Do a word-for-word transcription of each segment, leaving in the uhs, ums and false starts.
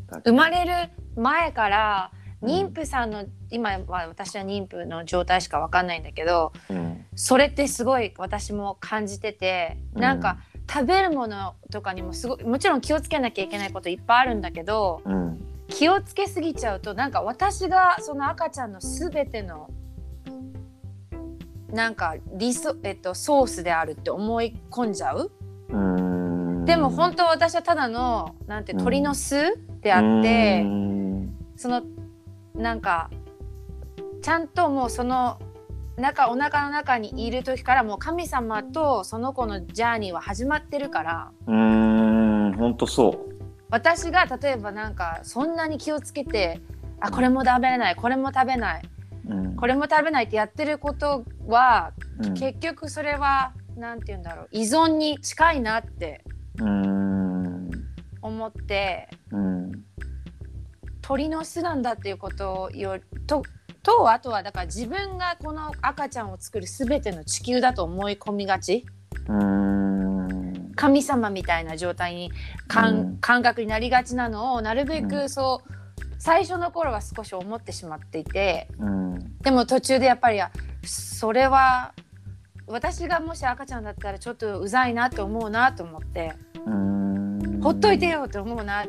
生まれる前から妊婦さんの、うん、今は私は妊婦の状態しか分かんないんだけど、うん、それってすごい私も感じてて、なんか食べるものとかにもすごいもちろん気をつけなきゃいけないこといっぱいあるんだけど、うん、気をつけすぎちゃうとなんか私がその赤ちゃんのすべてのなんかリソ、えっと、ソースであるって思い込んじゃう。うーん、でも本当私はただのなんて鳥の巣であって、うん、そのなんかちゃんともうその中お腹の中にいる時からもう神様とその子のジャーニーは始まってるから。 うーん、本当そう。 私が例えばなんかそんなに気をつけて、あ、これも食べれない、これも食べない、うん、これも食べないってやってることは、うん、結局それはなんて言うんだろう、依存に近いなって思って、うん、鳥の巣なんだっていうことよととあとはだから自分がこの赤ちゃんを作る全ての地球だと思い込みがち。うーん、神様みたいな状態に感、うん、感覚になりがちなのをなるべくそう、うん、最初の頃は少し思ってしまっていて、うん、でも途中でやっぱりそれは私がもし赤ちゃんだったらちょっとうざいなって思うなと思って、うーん、ほっといてよって思うなって、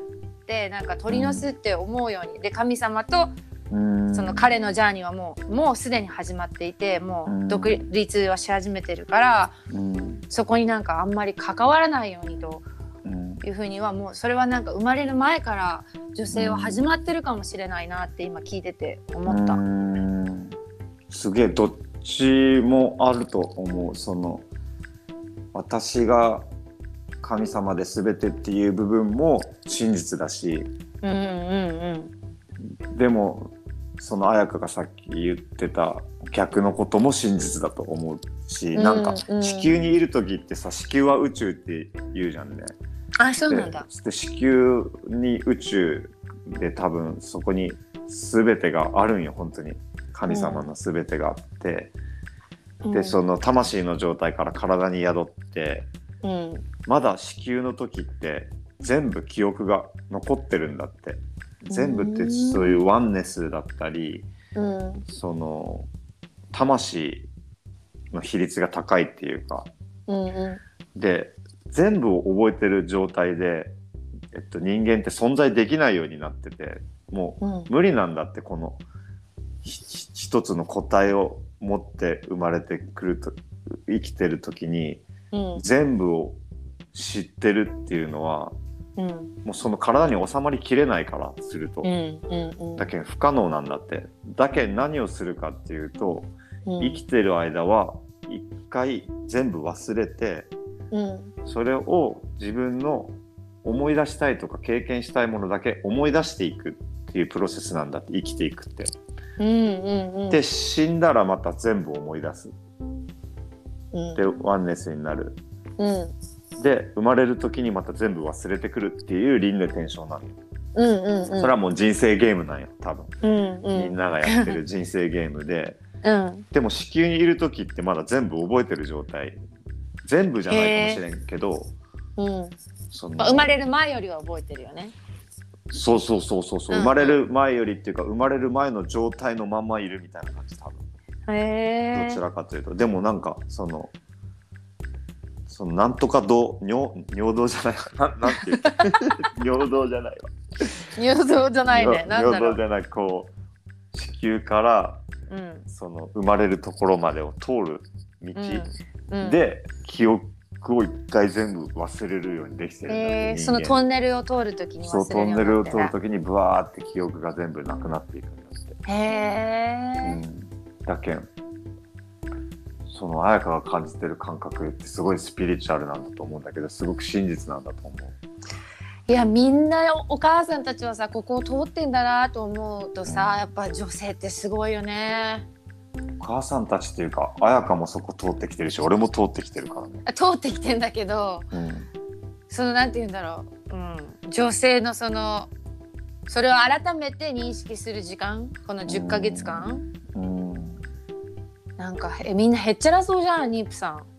なんか鳥の巣って思うようにで神様とその彼のジャーニーはもうもうすでに始まっていて、もう独立はし始めてるから、うん、そこになんかあんまり関わらないようにというふうにはもうそれはなんか生まれる前から女性は始まってるかもしれないなって今聞いてて思った。うーん、 すげえどっちもあると思う。その私が神様で全てっていう部分も真実だし、うんうんうん、でもその彩香がさっき言ってた逆のことも真実だと思うし、うん、なんか地球にいる時ってさ、地球は宇宙って言うじゃんね。 あ、そうなんだ。 で、地球に宇宙で多分そこに全てがあるんよ。本当に神様の全てがあって、うん、でその魂の状態から体に宿って、うん、まだ子宮の時って全部記憶が残ってるんだって。全部ってそういうワンネスだったり、うん、その魂の比率が高いっていうか、うんうん、で全部を覚えてる状態で、えっと、人間って存在できないようになってて、もう無理なんだって、この一つの個体を持って生まれてくると生きてる時に、うん、全部を知ってるっていうのはうん、もうその体に収まりきれないからすると、うんうんうん、だけど不可能なんだって。だけど何をするかっていうと、うん、生きてる間は一回全部忘れて、うん、それを自分の思い出したいとか経験したいものだけ思い出していくっていうプロセスなんだって、生きていくって、うんうんうん、で死んだらまた全部思い出す、うん、でワンネスになる、うんで生まれる時にまた全部忘れてくるっていう輪廻転生なのよ、うんうんうん、それはもう人生ゲームなんよ多分、うんうん、みんながやってる人生ゲームで、うん、でも子宮にいる時ってまだ全部覚えてる状態、全部じゃないかもしれんけど、うん、 その生まれる前よりは覚えてるよね。 そうそうそうそうそう、うんうん、生まれる前よりっていうか生まれる前の状態のままいるみたいな感じ多分。へー、どちらかというと。でもなんかそのそのなんとか道尿尿道じゃないな、なんていう尿道じゃないわ尿道じゃないね、なんだろう、 尿道じゃない、こう子宮から、うん、その生まれるところまでを通る道、うんうん、で記憶を一回全部忘れるようにできてるんだって、えー、 そのトンネルを通るときに忘れるようになって、 そう、トンネルを通るときにブワーって記憶が全部なくなっていくんだって。へー、うん、だけんその彩香が感じてる感覚ってすごいスピリチュアルなんだと思うんだけど、すごく真実なんだと思う。 いや、みんなお母さんたちはさここを通ってんだなと思うとさ、うん、やっぱ女性ってすごいよね。 お母さんたちっていうか彩香もそこ通ってきてるし、俺も通ってきてるからね。 通ってきてんだけど、うん、そのなんて言うんだろう、うん、女性のそのそれを改めて認識する時間、このじゅっかげつかん、うんうん、なんかえみんなへっちゃらそうじゃん、妊婦さん。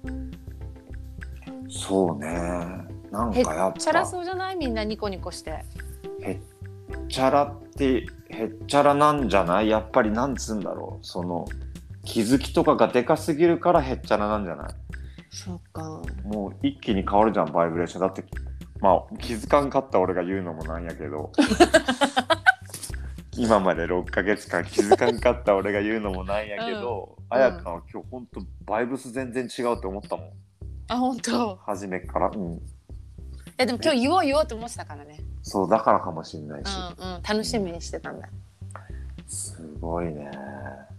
そうね、なんかやっぱへっちゃらそうじゃない、みんなニコニコして。 へっちゃらってへっちゃらなんじゃない？やっぱりなんつうんだろう、その気づきとかがでかすぎるからへっちゃらなんじゃない？ そうか。 もう一気に変わるじゃんバイブレーションだって。まあ気づかんかった俺が言うのもなんやけど今までろっかげつかん気づかんかった俺が言うのもなんやけど、あやかは今日ほんとバイブス全然違うって思ったもん。 あ、本当。 初めから。うん。 え、でも今日言おう言おうと思ってたからね。 そうだからかもしれないし、 うんうん、楽しみにしてたんだ。 すごいね。